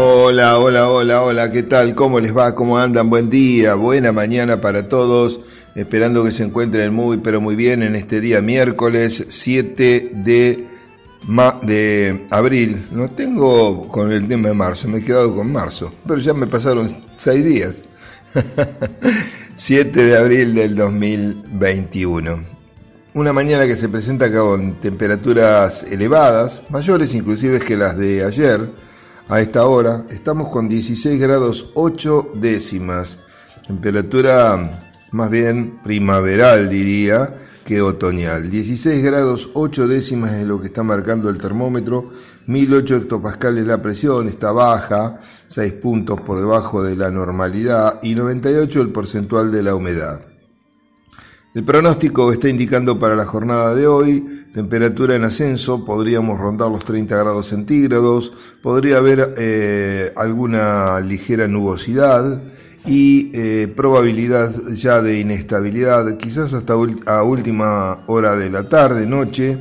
Hola, hola, hola, hola, ¿qué tal? ¿Cómo les va? ¿Cómo andan? Buen día, buena mañana para todos. Esperando que se encuentren muy, pero muy bien en este día miércoles 7 de abril. No tengo con el tema de marzo, me he quedado con marzo, pero ya me pasaron 6 días. 7 de abril del 2021. Una mañana que se presenta con temperaturas elevadas, mayores inclusive que las de ayer. A esta hora estamos con 16 grados 8 décimas, temperatura más bien primaveral diría que otoñal. 16 grados 8 décimas es lo que está marcando el termómetro, 1008 hectopascales la presión, está baja, 6 puntos por debajo de la normalidad y 98 el porcentual de la humedad. El pronóstico está indicando para la jornada de hoy, temperatura en ascenso, podríamos rondar los 30 grados centígrados, podría haber alguna ligera nubosidad y probabilidad ya de inestabilidad, quizás hasta a última hora de la tarde, noche,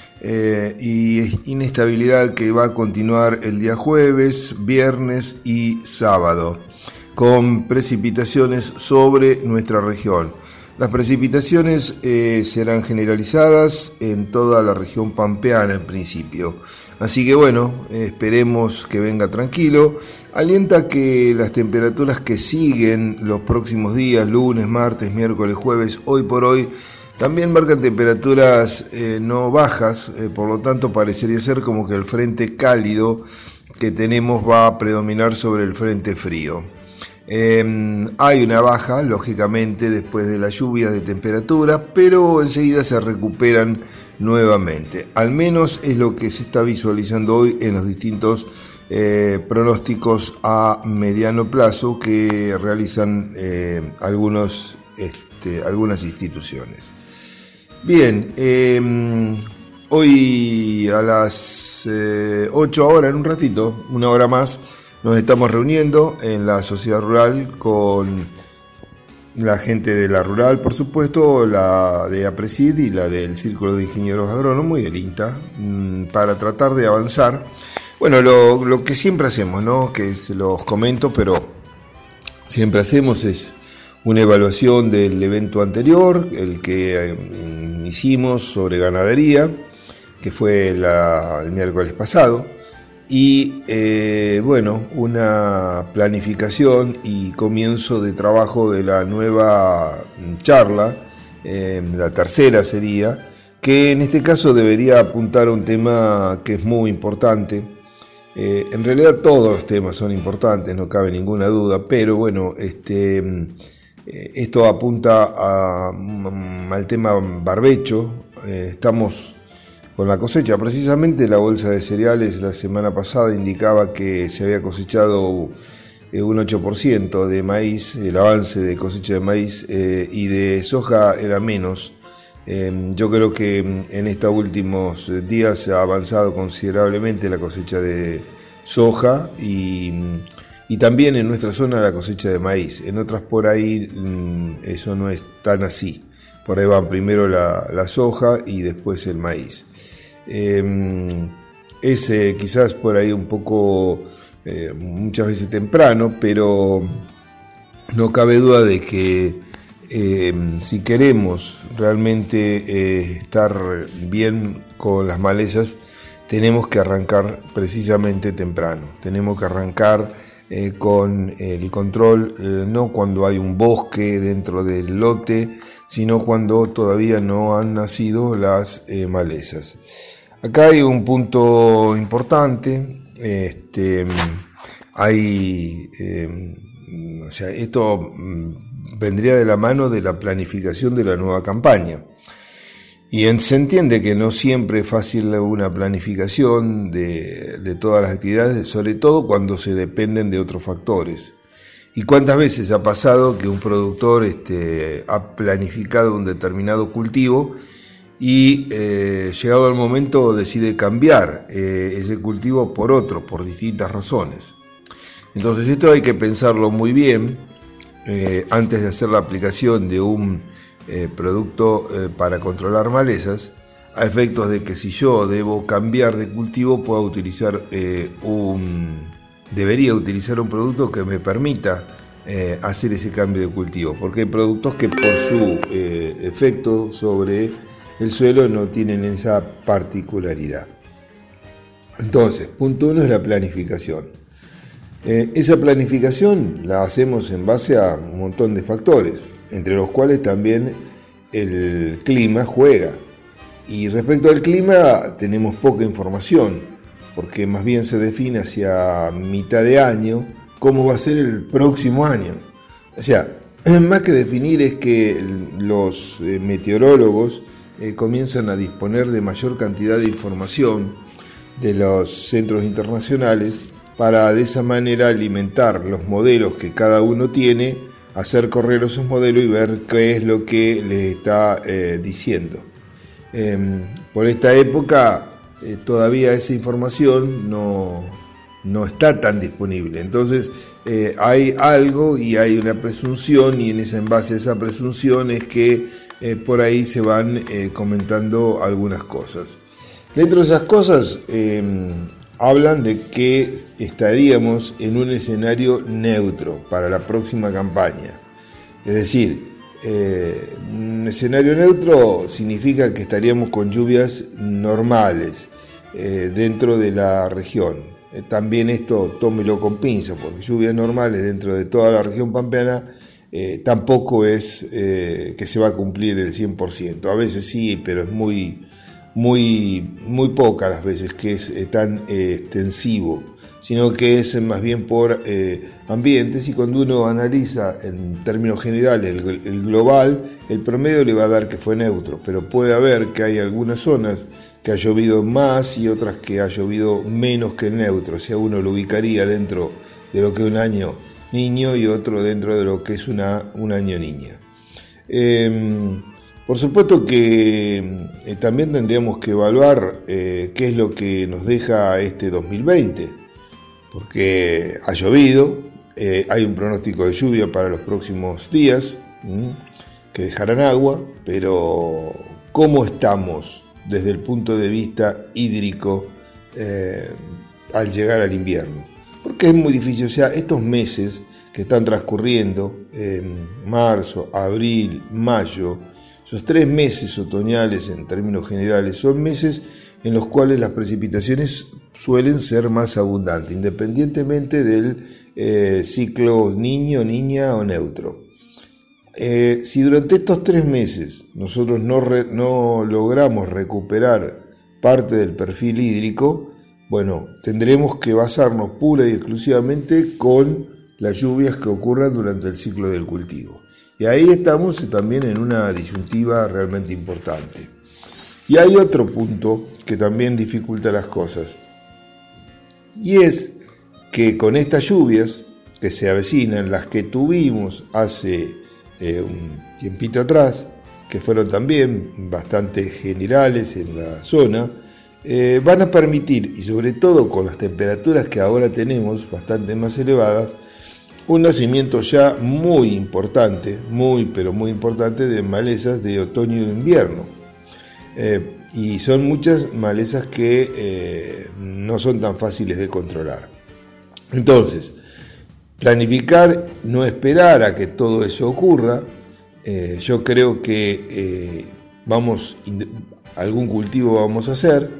y inestabilidad que va a continuar el día jueves, viernes y sábado, con precipitaciones sobre nuestra región. Las precipitaciones serán generalizadas en toda la región pampeana en principio. Así que bueno, esperemos que venga tranquilo. Alienta que las temperaturas que siguen los próximos días, lunes, martes, miércoles, jueves, hoy por hoy, también marcan temperaturas no bajas, por lo tanto parecería ser como que el frente cálido que tenemos va a predominar sobre el frente frío. Hay una baja, lógicamente, después de las lluvias de temperatura, pero enseguida se recuperan nuevamente. Al menos es lo que se está visualizando hoy en los distintos pronósticos a mediano plazo que realizan algunas instituciones. Bien, hoy a las 8 horas, en un ratito, una hora más, nos estamos reuniendo en la sociedad rural con la gente de la rural, por supuesto, la de APRESID y la del Círculo de Ingenieros Agrónomos y del INTA, para tratar de avanzar. Bueno, lo que siempre hacemos, ¿no? Que se los comento, pero siempre hacemos es una evaluación del evento anterior, el que hicimos sobre ganadería, que fue el miércoles pasado. Y bueno, una planificación y comienzo de trabajo de la nueva charla, la tercera sería, que en este caso debería apuntar a un tema que es muy importante. En realidad todos los temas son importantes, no cabe ninguna duda, pero bueno, esto apunta al tema barbecho. Estamos con la cosecha, precisamente la bolsa de cereales la semana pasada indicaba que se había cosechado un 8% de maíz, el avance de cosecha de maíz, y de soja era menos. Yo creo que en estos últimos días ha avanzado considerablemente la cosecha de soja y también en nuestra zona la cosecha de maíz. En otras por ahí eso no es tan así. Por ahí van primero la soja y después el maíz. Es quizás por ahí un poco muchas veces temprano, pero no cabe duda de que si queremos realmente estar bien con las malezas, tenemos que arrancar precisamente temprano. Tenemos que arrancar con el control, no cuando hay un bosque dentro del lote, sino cuando todavía no han nacido las malezas. Acá hay un punto importante, esto vendría de la mano de la planificación de la nueva campaña. Y se entiende que no siempre es fácil una planificación de todas las actividades, sobre todo cuando se dependen de otros factores. ¿Y cuántas veces ha pasado que un productor ha planificado un determinado cultivo y llegado el momento decide cambiar ese cultivo por otro, por distintas razones? Entonces esto hay que pensarlo muy bien antes de hacer la aplicación de un producto para controlar malezas, a efectos de que si yo debo cambiar de cultivo pueda utilizar un debería utilizar un producto que me permita hacer ese cambio de cultivo, porque hay productos que por su efecto sobre el suelo no tienen esa particularidad. Entonces, punto 1 es la planificación. Esa planificación la hacemos en base a un montón de factores, entre los cuales también el clima juega. Y respecto al clima tenemos poca información, porque más bien se define hacia mitad de año cómo va a ser el próximo año. O sea, más que definir es que los meteorólogos comienzan a disponer de mayor cantidad de información de los centros internacionales para de esa manera alimentar los modelos que cada uno tiene, hacer correr esos modelos y ver qué es lo que les está diciendo. Por esta época todavía esa información no está tan disponible, entonces hay algo y hay una presunción, y en base a esa presunción es que por ahí se van comentando algunas cosas. Dentro de esas cosas hablan de que estaríamos en un escenario neutro para la próxima campaña. Es decir, un escenario neutro significa que estaríamos con lluvias normales dentro de la región. También esto tómelo con pinzas, porque lluvias normales dentro de toda la región pampeana tampoco es que se va a cumplir el 100%. A veces sí, pero es muy pocas las veces que es tan extensivo, sino que es más bien por ambientes, y cuando uno analiza en términos generales el global, el promedio le va a dar que fue neutro, pero puede haber que hay algunas zonas que ha llovido más y otras que ha llovido menos que el neutro, o sea, uno lo ubicaría dentro de lo que es un año niño y otro dentro de lo que es un año niña. Por supuesto que también tendríamos que evaluar qué es lo que nos deja este 2020, porque ha llovido, hay un pronóstico de lluvia para los próximos días que dejarán agua, pero ¿cómo estamos desde el punto de vista hídrico al llegar al invierno? Porque es muy difícil, o sea, estos meses que están transcurriendo, marzo, abril, mayo, esos 3 meses otoñales en términos generales son meses en los cuales las precipitaciones suelen ser más abundantes, independientemente del ciclo niño, niña o neutro. Si durante estos 3 meses nosotros no logramos recuperar parte del perfil hídrico, bueno, tendremos que basarnos pura y exclusivamente con las lluvias que ocurran durante el ciclo del cultivo. Y ahí estamos también en una disyuntiva realmente importante. Y hay otro punto que también dificulta las cosas, y es que con estas lluvias que se avecinan, las que tuvimos hace un tiempito atrás, que fueron también bastante generales en la zona, van a permitir, y sobre todo con las temperaturas que ahora tenemos bastante más elevadas, un nacimiento ya muy importante, pero muy importante, de malezas de otoño e invierno. Y son muchas malezas que no son tan fáciles de controlar. Entonces, planificar, no esperar a que todo eso ocurra. Yo creo que algún cultivo vamos a hacer,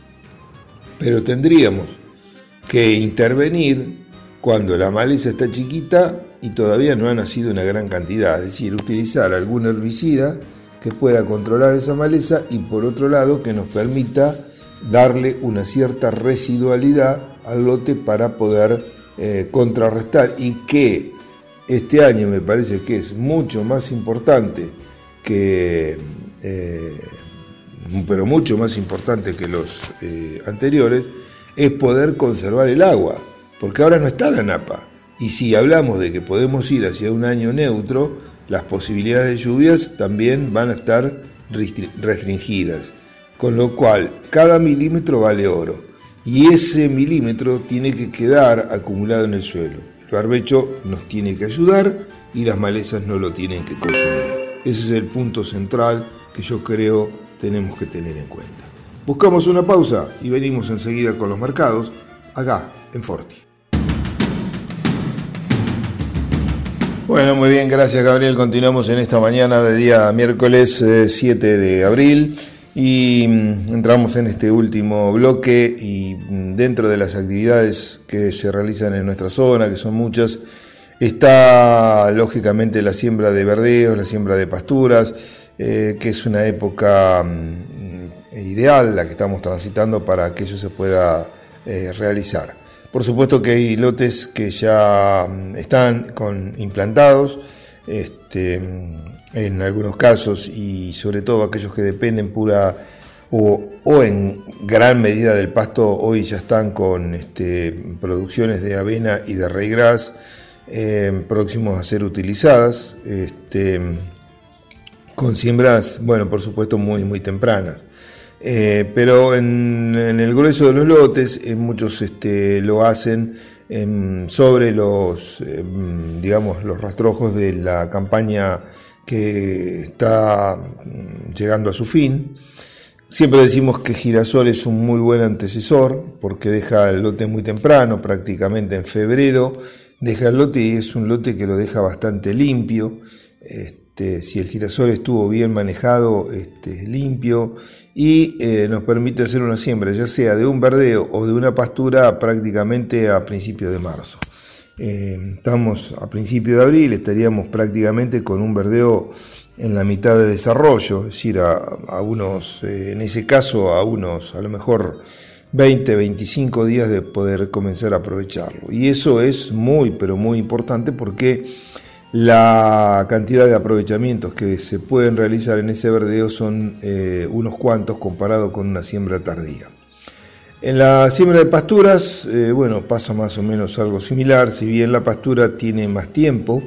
pero tendríamos que intervenir cuando la maleza está chiquita y todavía no ha nacido una gran cantidad, es decir, utilizar algún herbicida que pueda controlar esa maleza y por otro lado que nos permita darle una cierta residualidad al lote para poder contrarrestar, y que este año me parece que es mucho más importante pero mucho más importante que los anteriores, es poder conservar el agua. Porque ahora no está la napa, y si hablamos de que podemos ir hacia un año neutro, las posibilidades de lluvias también van a estar restringidas, con lo cual cada milímetro vale oro, y ese milímetro tiene que quedar acumulado en el suelo. El barbecho nos tiene que ayudar y las malezas no lo tienen que consumir. Ese es el punto central que yo creo tenemos que tener en cuenta. Buscamos una pausa y venimos enseguida con los mercados, acá en Forti. Bueno, muy bien, gracias Gabriel. Continuamos en esta mañana de día miércoles 7 de abril y entramos en este último bloque y dentro de las actividades que se realizan en nuestra zona, que son muchas, está lógicamente la siembra de verdeos, la siembra de pasturas, que es una época ideal la que estamos transitando para que eso se pueda realizar. Por supuesto que hay lotes que ya están implantados, en algunos casos, y sobre todo aquellos que dependen pura o en gran medida del pasto, hoy ya están con producciones de avena y de ryegrass próximos a ser utilizadas, con siembras, bueno, por supuesto muy, muy tempranas. Pero en el grueso de los lotes, muchos lo hacen sobre los rastrojos de la campaña que está llegando a su fin. Siempre decimos que girasol es un muy buen antecesor porque deja el lote muy temprano, prácticamente en febrero, deja el lote y es un lote que lo deja bastante limpio. Si el girasol estuvo bien manejado, limpio, y nos permite hacer una siembra, ya sea de un verdeo o de una pastura, prácticamente a principios de marzo. Estamos a principios de abril, estaríamos prácticamente con un verdeo en la mitad de desarrollo, es decir, a unos, en ese caso, a lo mejor 20, 25 días de poder comenzar a aprovecharlo. Y eso es muy, pero muy importante porque la cantidad de aprovechamientos que se pueden realizar en ese verdeo son unos cuantos comparado con una siembra tardía. En la siembra de pasturas, pasa más o menos algo similar. Si bien la pastura tiene más tiempo,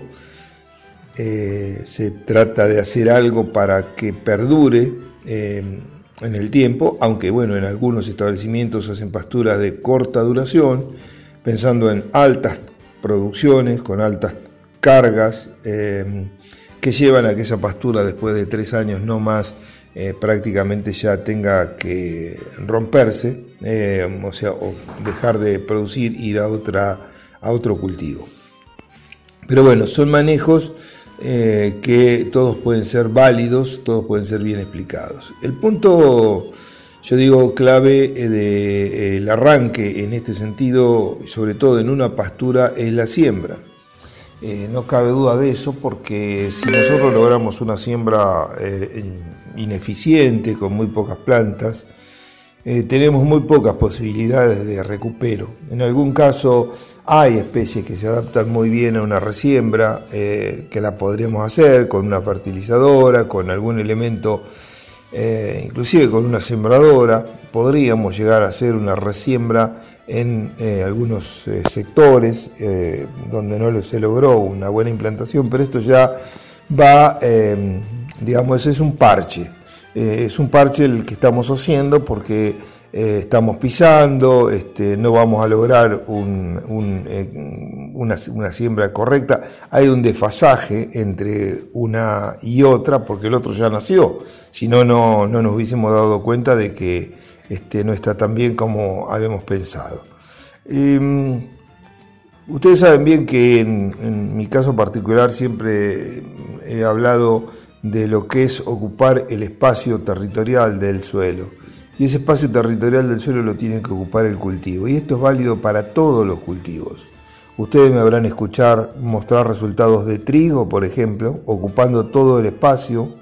se trata de hacer algo para que perdure en el tiempo, aunque en algunos establecimientos hacen pasturas de corta duración, pensando en altas producciones, con altas cargas que llevan a que esa pastura después de 3 años no más prácticamente ya tenga que romperse, o dejar de producir, ir a otro cultivo. Pero son manejos que todos pueden ser válidos, todos pueden ser bien explicados. El punto, yo digo, clave del arranque en este sentido, sobre todo en una pastura, es la siembra. No cabe duda de eso, porque si nosotros logramos una siembra ineficiente, con muy pocas plantas, tenemos muy pocas posibilidades de recupero. En algún caso hay especies que se adaptan muy bien a una resiembra, que la podríamos hacer con una fertilizadora, con algún elemento, inclusive con una sembradora, podríamos llegar a hacer una resiembra en algunos sectores donde no se logró una buena implantación, pero esto ya va, es un parche. Es un parche el que estamos haciendo porque estamos pisando, no vamos a lograr una siembra correcta. Hay un desfasaje entre una y otra porque el otro ya nació, si no nos hubiésemos dado cuenta de que no está tan bien como habíamos pensado. Ustedes saben bien que en mi caso particular siempre he hablado de lo que es ocupar el espacio territorial del suelo. Y ese espacio territorial del suelo lo tiene que ocupar el cultivo. Y esto es válido para todos los cultivos. Ustedes me habrán escuchado mostrar resultados de trigo, por ejemplo, ocupando todo el espacio.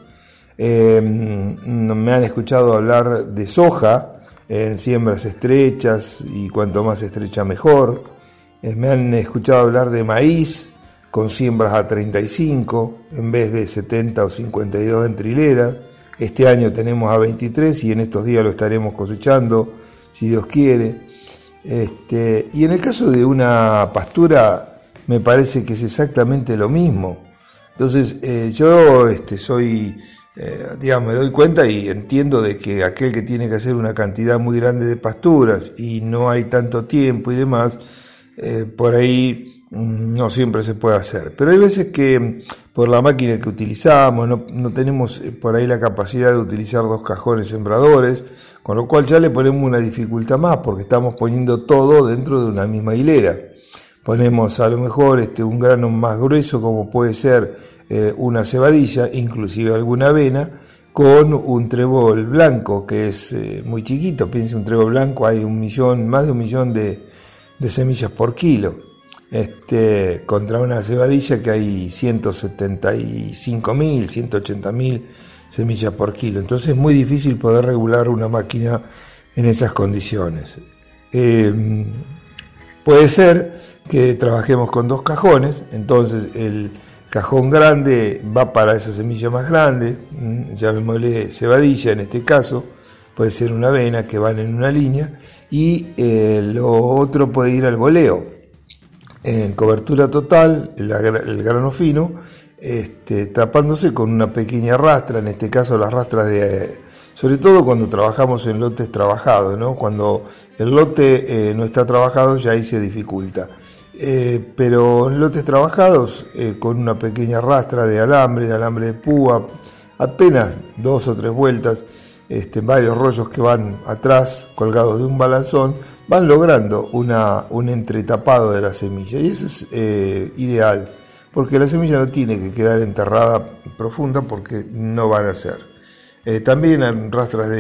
Me han escuchado hablar de soja en siembras estrechas, y cuanto más estrecha mejor. Me han escuchado hablar de maíz con siembras a 35 en vez de 70 o 52 en trilera. Este año tenemos a 23 y en estos días lo estaremos cosechando, si Dios quiere. Y en el caso de una pastura me parece que es exactamente lo mismo. Entonces yo me doy cuenta y entiendo de que aquel que tiene que hacer una cantidad muy grande de pasturas y no hay tanto tiempo y demás, por ahí no siempre se puede hacer. Pero hay veces que por la máquina que utilizamos no tenemos por ahí la capacidad de utilizar 2 cajones sembradores, con lo cual ya le ponemos una dificultad más porque estamos poniendo todo dentro de una misma hilera. ponemos a lo mejor un grano más grueso como puede ser una cebadilla, inclusive alguna avena, con un trébol blanco que es muy chiquito. Piense, un trébol blanco hay más de un millón de semillas por kilo, contra una cebadilla que hay 175.000, 180.000 semillas por kilo. Entonces es muy difícil poder regular una máquina en esas condiciones. Puede ser que trabajemos con 2 cajones, entonces el cajón grande va para esa semilla más grande, llamémosle cebadilla en este caso, puede ser una avena, que van en una línea, y lo otro puede ir al boleo. En cobertura total, el grano fino, tapándose con una pequeña rastra, en este caso las rastras sobre todo cuando trabajamos en lotes trabajados, ¿no? Cuando el lote no está trabajado, ya ahí se dificulta. Pero en lotes trabajados, con una pequeña rastra de alambre de púa, apenas 2 o 3 vueltas, varios rollos que van atrás, colgados de un balanzón, van logrando un entretapado de la semilla. Y eso es ideal, porque la semilla no tiene que quedar enterrada profunda, porque no van a ser. También hay rastras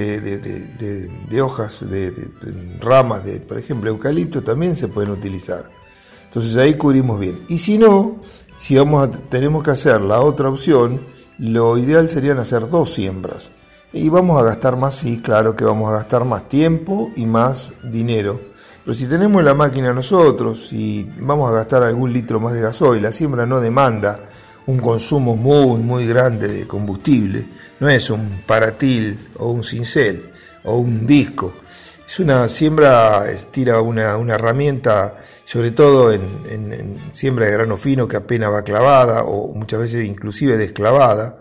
de hojas, de ramas de, por ejemplo, eucalipto, también se pueden utilizar. Entonces ahí cubrimos bien. Y si no, tenemos que hacer la otra opción, lo ideal serían hacer 2 siembras. Y vamos a gastar más, sí, claro que vamos a gastar más tiempo y más dinero. Pero si tenemos la máquina nosotros, si vamos a gastar algún litro más de gasoil, la siembra no demanda un consumo muy, muy grande de combustible. No es un paratil o un cincel o un disco. Es una siembra, tira una herramienta, sobre todo en siembra de grano fino, que apenas va clavada o muchas veces inclusive desclavada.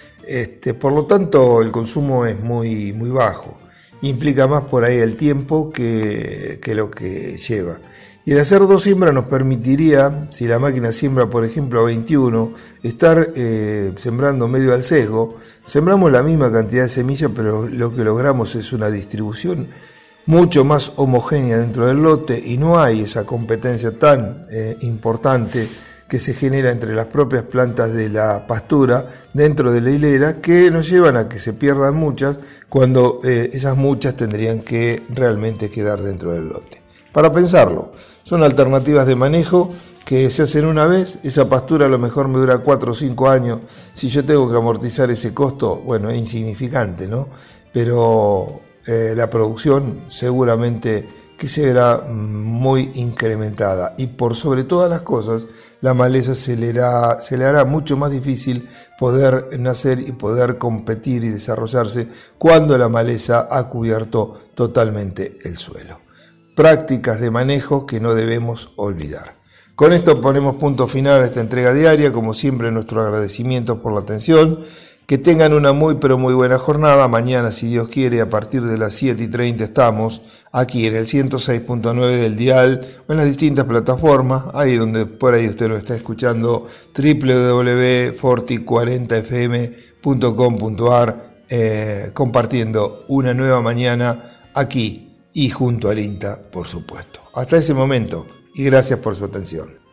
Por lo tanto, el consumo es muy, muy bajo. Implica más por ahí el tiempo que lo que lleva. Y el hacer 2 siembras nos permitiría, si la máquina siembra por ejemplo a 21, estar sembrando medio al sesgo. Sembramos la misma cantidad de semillas, pero lo que logramos es una distribución mucho más homogénea dentro del lote, y no hay esa competencia tan importante que se genera entre las propias plantas de la pastura dentro de la hilera, que nos llevan a que se pierdan muchas, cuando esas muchas tendrían que realmente quedar dentro del lote. Para pensarlo, son alternativas de manejo que se hacen una vez. Esa pastura a lo mejor me dura 4 o 5 años. Si yo tengo que amortizar ese costo, bueno, es insignificante, ¿no? Pero la producción seguramente que se verá muy incrementada, y por sobre todas las cosas, la maleza se le hará mucho más difícil poder nacer y poder competir y desarrollarse cuando la maleza ha cubierto totalmente el suelo. Prácticas de manejo que no debemos olvidar. Con esto ponemos punto final a esta entrega diaria. Como siempre, nuestro agradecimiento por la atención. Que tengan una muy pero muy buena jornada. Mañana, si Dios quiere, a partir de las 7:30 estamos aquí en el 106.9 del dial, o en las distintas plataformas, ahí donde por ahí usted lo está escuchando, www.forti40fm.com.ar, compartiendo una nueva mañana aquí y junto al INTA, por supuesto. Hasta ese momento, y gracias por su atención.